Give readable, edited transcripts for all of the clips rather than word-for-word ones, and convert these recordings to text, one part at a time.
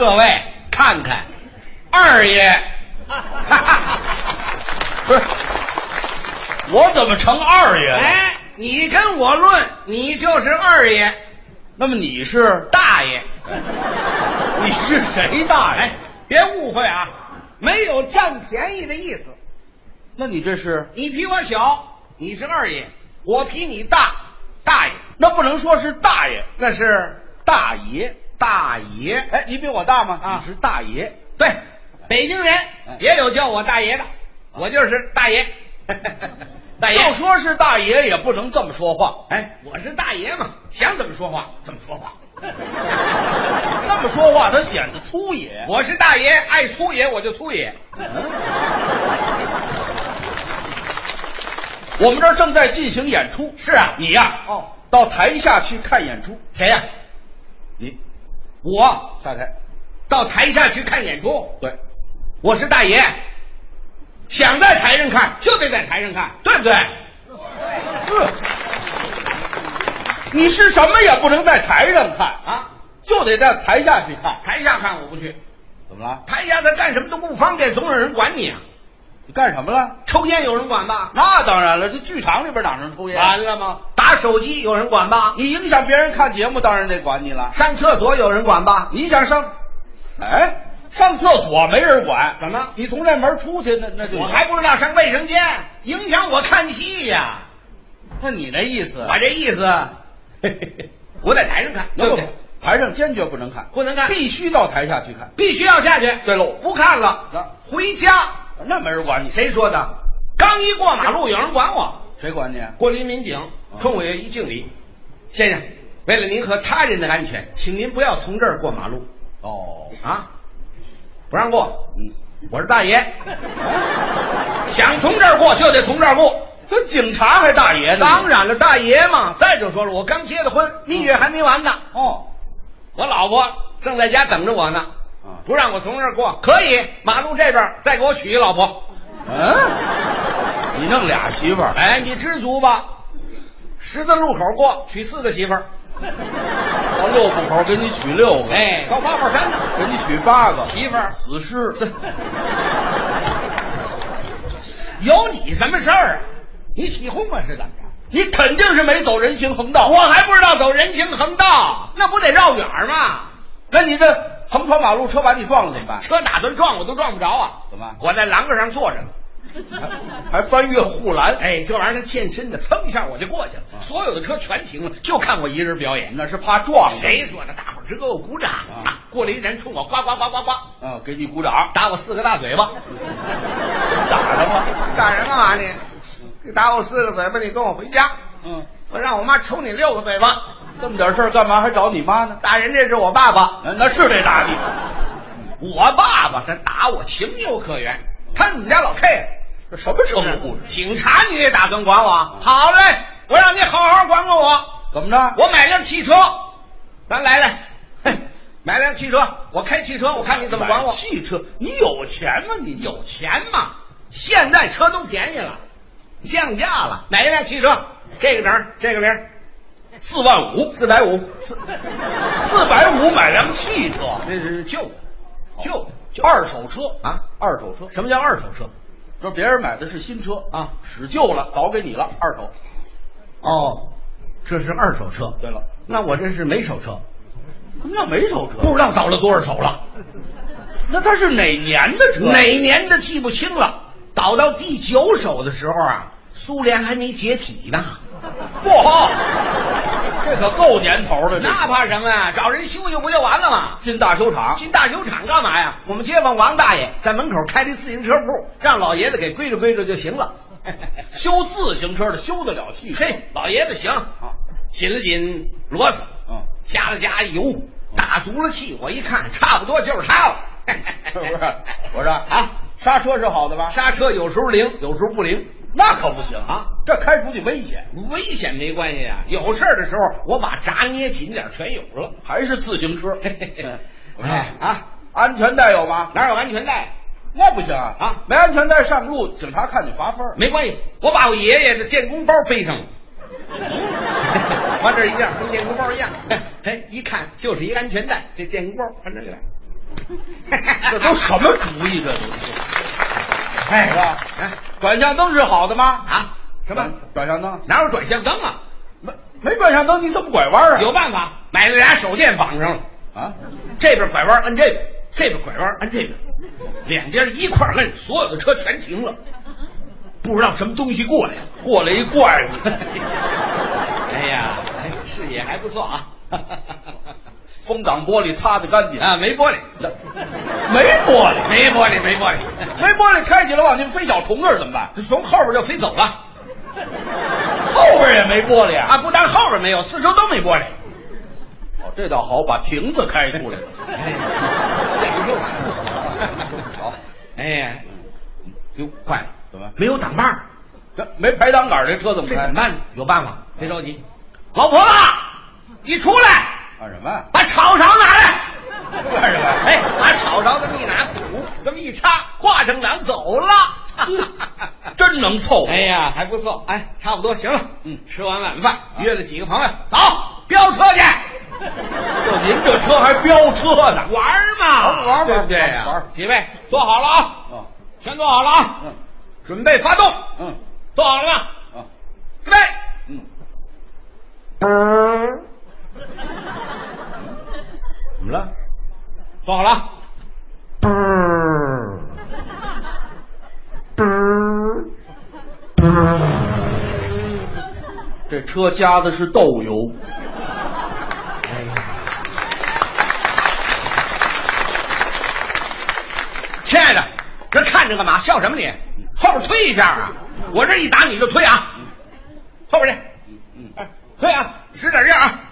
各位看看，二爷， 不是，我怎么成二爷了？ 哎，你跟我论，你就是二爷， 那么你是大爷， 你是谁大爷？ 哎，别误会啊，没有占便宜的意思。 那你这是？ 你比我小，你是二爷；我比你大，大爷。 那不能说是大爷， 那是大爷。 大爷。 哎，你比我大吗？ 啊， 你是大爷。 对，北京人也有叫我大爷的，我就是大爷。大爷， 就说是大爷也不能这么说话。 哎，我是大爷嘛，想怎么说话怎么说话。 这么说话他显得粗野。 我是大爷，爱粗野我就粗野。 我们这儿正在进行演出。 是啊， 你呀，到台下去看演出。 谁呀？ 你， 我下台， 到台下去看演出。 对， 我是大爷，想在台上看就得在台上看，对不对？ 是。你是什么也不能在台上看啊， 就得在台下去看。 台下看我不去。 怎么了？ 台下他干什么都不方便，总有人管你啊。 你干什么了？ 抽烟有人管吧？ 那当然了，这剧场里边哪能抽烟？ 完了吗？打手机有人管吧？ 你影响别人看节目，当然得管你了。 上厕所有人管吧？ 你想上，哎，上厕所没人管， 怎么？ 你从这门出去，那就我还不知道上卫生间，影响我看戏呀。 那你那意思？ 我这意思，我在台上看，对不对？ 台上坚决不能看， 不能看， 必须到台下去看， 必须要下去。 对喽， 不看了，回家。 那没人管你。 谁说的？刚一过马路，有人管我。 谁管你？ 过林民警冲我一敬礼，先生，为了您和他人的安全，请您不要从这儿过马路。 哦， 啊，不让过。我是大爷，想从这儿过就得从这儿过。 跟警察还大爷呢？ 当然了，大爷嘛。再者说了，我刚结的婚，蜜月还没完呢。 哦， 我老婆正在家等着我呢。不让我从这儿过，可以，马路这边再给我娶一老婆。 你弄俩媳妇儿？ 哎，你知足吧。十字路口过，娶4个媳妇儿。 到6步口给你娶6个。 哎，到八宝山呢， 给你娶8个媳妇儿， 死尸。 有你什么事儿啊？你起哄啊是怎么着？ 你肯定是没走人行横道。 我还不知道走人行横道，那不得绕远吗？ 那你这横穿马路，车把你撞了怎么办？ 车打算撞我都撞不着啊！ 怎么办？ 我在栏杆上坐着呢， 还翻越护栏。 哎，这玩意儿它健身的，蹭一下我就过去了。所有的车全停了，就看我一人表演。 那是怕撞。 谁说的？大伙儿直给我鼓掌啊！过来一人冲我呱呱呱呱呱， 给你鼓掌， 打我4个大嘴巴。 打什么？ 打人干嘛你？你打我4个嘴巴，你跟我回家。我让我妈抽你6个嘴巴。 这么点事儿干嘛还找你妈呢？ 打人这是我爸爸， 那是得打你。 我爸爸他打我情有可原，看你们家老 K， 这什么称呼？ 警察你也打算管我？好嘞，我让你好好管管我。 怎么着？ 我买辆汽车，咱来，买辆汽车，我开汽车，我看你怎么管我。 汽车？你有钱吗？你有钱吗？现在车都便宜了，降价了，买一辆汽车，这个整，这个零。 45000，450，450买辆汽车， 这是旧的二手车啊！ 二手车， 什么叫二手车？ 说别人买的是新车啊， 使旧了，倒给你了，二手。 哦，这是二手车。 对了， 那我这是没手车。 什么叫没手车？ 不知道倒了多少手了。 那它是哪年的车？ 哪年的记不清了。倒到第9手的时候啊，苏联还没解体呢。 嚯，这可够年头的。 那怕什么呀？找人修修不就完了吗？ 进大修厂。 进大修厂干嘛呀？我们街坊王大爷在门口开了自行车铺，让老爷子给归置归置就行了。 修自行车的修得了汽车？ 嘿，老爷子行啊，紧了紧螺丝，加了加油，打足了气。我一看，差不多就是他了。 是不是？我说啊，刹车是好的吧？ 刹车有时候灵，有时候不灵。 那可不行啊！ 这开出去危险， 危险没关系啊。有事儿的时候，我把闸捏紧点，全有了。 还是自行车。 哎啊， 安全带有吗？ 哪有安全带？ 那不行啊！没安全带上路，警察看你罚分。 没关系，我把我爷爷的电工包背上了，往这一样，跟电工包一样。哎，一看就是一安全带，这电工包往这里来。 这都什么主意？这都是， 哎， 是吧？ 哎， 转向灯是好的吗？ 啊，什么转向灯？ 哪有转向灯啊？ 没转向灯，你怎么拐弯啊？ 有办法，买了俩手电绑上了啊， 这边拐弯摁这个，这边拐弯摁这个，两边一块摁，所有的车全停了。不知道什么东西过来了， 过来一怪物。 哎呀，视野还不错啊。 风挡玻璃擦得干净啊，没玻璃， 没玻璃， 没玻璃，没玻璃， 没玻璃，开起来往进飞小虫子怎么办？ 从后边就飞走了。 后边也没玻璃啊？ 啊，不但后边没有，四周都没玻璃。 哦，这倒好，把亭子开出来了。 哎，这就是好。 哎呀，哟，坏了， 怎么没有挡把儿？ 这没排挡杆，这车怎么开？ 这怎么办？有办法，别着急。老婆子，你出来。 干什么？ 把炒勺拿来。 干什么？ 哎，把炒勺这么一拿，鼓这么一插，挂正两走了。 真能凑合。 哎呀，还不错。哎，差不多行了。吃完晚饭，约了几个朋友，走，飙车去。 就您这车还飙车呢？ 玩嘛， 玩对不对呀？ 玩。 几位坐好了啊？全坐好了啊？准备发动。坐好了吗？预备。怎么了？坐好了。 这车加的是豆油。 哎呀，亲爱的，这看着干嘛？笑什么你？后边推一下啊！我这一打你就推啊！后边去。推啊！使点劲啊！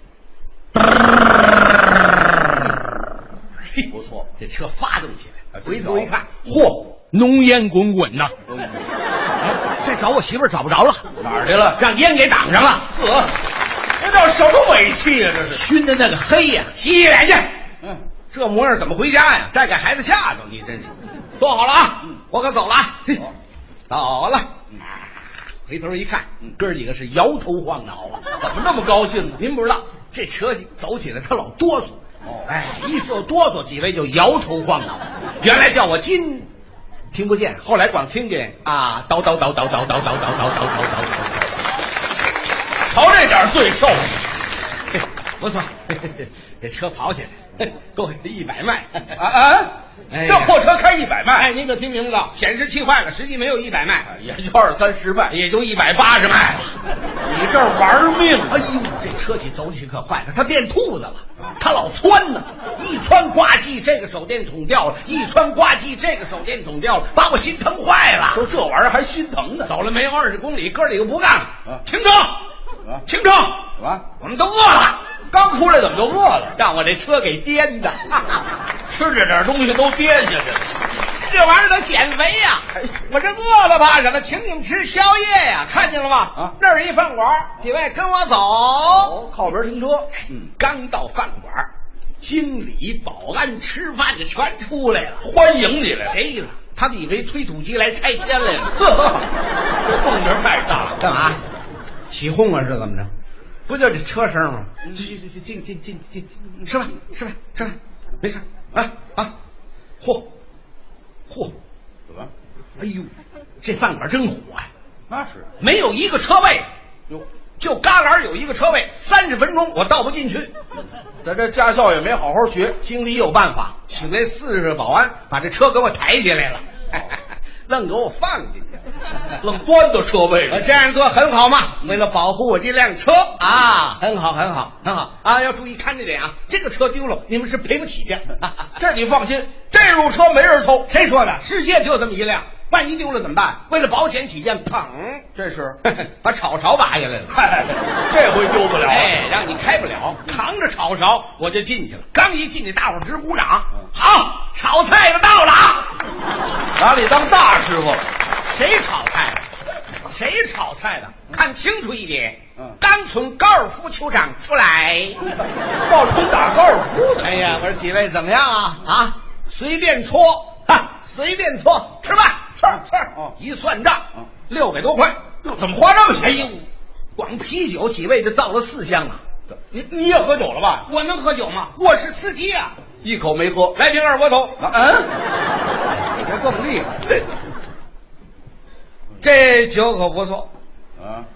不错， 这车发动起来，回头一看，嚯，浓烟滚滚呐！再找我媳妇儿找不着了， 哪儿去了？ 让烟给挡上了。 这叫什么尾气啊？这是熏的那个黑呀！洗洗脸去。这模样怎么回家呀？再给孩子吓着，你真是。坐好了啊！我可走了啊！走了。回头一看，哥几个是摇头晃脑啊！ 怎么那么高兴呢？ 您不知道，这车走起来他老哆嗦。哎，一说哆嗦，几位就摇头晃脑。原来叫我金，听不见，后来光听见啊，叨叨叨叨叨叨叨叨叨叨叨叨。 瞧这点罪受， 不错，这车跑起来，够100迈这货车开100迈， 哎，您可听明白了？显示器坏了，实际没有100迈， 也就20-30迈， 也就180迈了。 你这玩命！ 哎呦，这车体走起可坏了，它变兔子了，它老窜呢，一窜呱唧，这个手电筒掉了，一窜呱唧，这个手电筒掉了，把我心疼坏了。 都这玩意儿还心疼呢？ 走了没有20公里，哥几个不干了，停车！停车！ 什么？ 我们都饿了。 刚出来怎么就饿了？ 让我这车给颠的， 吃这点东西都颠下去了。 这玩意儿得减肥呀！我这饿了怕什么？请你们吃宵夜呀！看见了吗？那儿一饭馆，几位跟我走。 靠边停车。 刚到饭馆，经理、保安吃饭的全出来了， 欢迎你来了。 谁了？他们以为推土机来拆迁来了。 这动静太大了， 干嘛？起哄啊？是怎么着？不就这车声吗？进，吃饭，没事啊！嚯， 怎么？ 哎呦，这饭馆真火啊！ 那是没有一个车位， 哟， 就旮旯有一个车位，30分钟我倒不进去。 咱这驾校也没好好学， 经理有办法，请来40个保安把这车给我抬起来了，愣给我放进去， 愣端到车位里。 这样做很好嘛？为了保护我这辆车啊，很好啊！要注意看这点啊，这个车丢了你们是赔不起的。 这你放心，这路车没人偷。 谁说的？世界就这么一辆，万一丢了怎么办？为了保险起见，砰！ 这是把炒勺拔下来了。 这回丢不了。 哎，让你开不了，扛着炒勺我就进去了。刚一进去，大伙直鼓掌。好，炒菜的到了啊！ 哪里当大师傅了？ 谁炒菜的？谁炒菜的？看清楚一点。刚从高尔夫球场出来， 冒充打高尔夫的。 哎呀，我说几位怎么样啊？随便搓，随便搓，吃饭吃。一算账，600多块。 怎么花这么钱？ 哎呦，光啤酒几位就造了4箱啊！ 你也喝酒了吧？ 我能喝酒吗？我是司机啊！ 一口没喝。 来瓶二锅头。 这更厉害。 这酒可不错。 啊，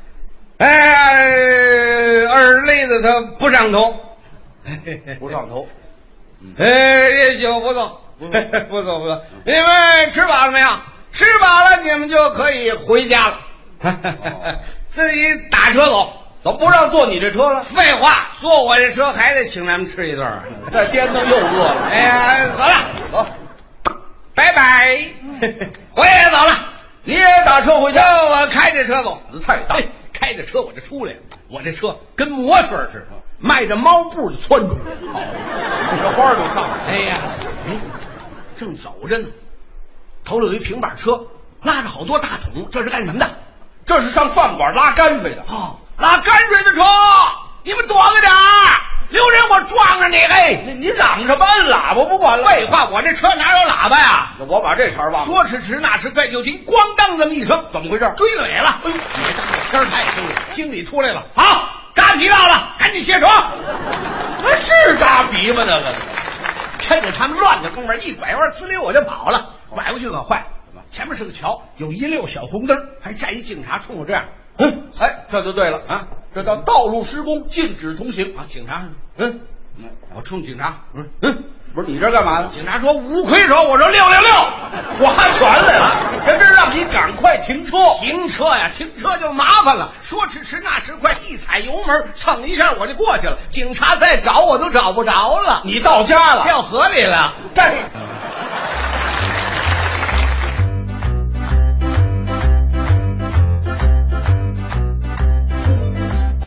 二雷子它不上头。 不上头。 这酒不错，不错。你们吃饱了没有？吃饱了，你们就可以回家了。自己打车走。 怎么不让坐你这车了？ 废话，坐我这车还得请咱们吃一顿。 再颠腾又饿了。 哎呀，走了， 走， 拜拜。我也走了， 你也打车回家？ 我开着车走。 太大， 开着车我就出来了。我这车跟模特似的，迈着猫步就窜出来了。 这花就上来了。 哎呀，正走着呢，头里有一平板车，拉着好多大桶，这是干什么的？ 这是上饭馆拉泔水的。 拉泔水的车，你们躲着点儿，留人我撞着你。嘿， 你嚷什么？按喇叭不完了？ 废话，我这车哪有喇叭呀？ 我把这茬忘了。 说时迟，那时快，就听咣当这么一声， 怎么回事？ 追了尾了。哎呦，天太黑了，经理出来了。好，扎皮到了，赶紧卸车。 那是扎皮吗？那个， 趁着他们乱的功夫，一拐弯呲溜我就跑了。拐过去可坏，前面是个桥，有一溜小红灯，还站一警察冲我这样。 这就对了啊！这叫道路施工，禁止通行啊！警察，我冲警察， 不是你这干嘛呢？ 警察说5魁首，我说666， 划拳来了。人这让你赶快停车， 停车就麻烦了。说时迟，那时快，一踩油门，蹭一下我就过去了。警察再找我都找不着了。 你到家了， 掉河里了。